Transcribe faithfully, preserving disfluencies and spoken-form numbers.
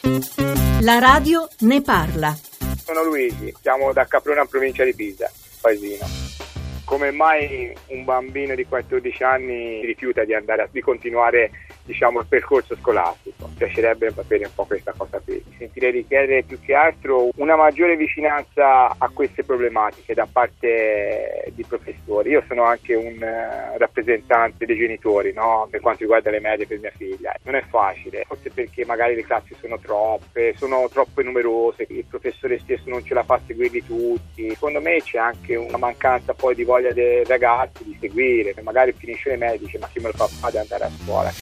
La radio ne parla. Sono Luigi, siamo da Caprona, provincia di Pisa, paesino. Come mai un bambino di quattordici anni rifiuta di andare a, di continuare, diciamo, il percorso scolastico? Mi piacerebbe sapere un po' questa cosa qui. Sentirei richiedere più che altro una maggiore vicinanza a queste problematiche da parte di professori. Io sono anche un uh, rappresentante dei genitori, no? Per quanto riguarda le medie per mia figlia. Non è facile, forse perché magari le classi sono troppe, sono troppe numerose, il professore stesso non ce la fa a seguirli tutti. Secondo me c'è anche una mancanza poi di voglia dei ragazzi di seguire, magari finisce le medie, dice ma chi me lo fa fare ad andare a scuola?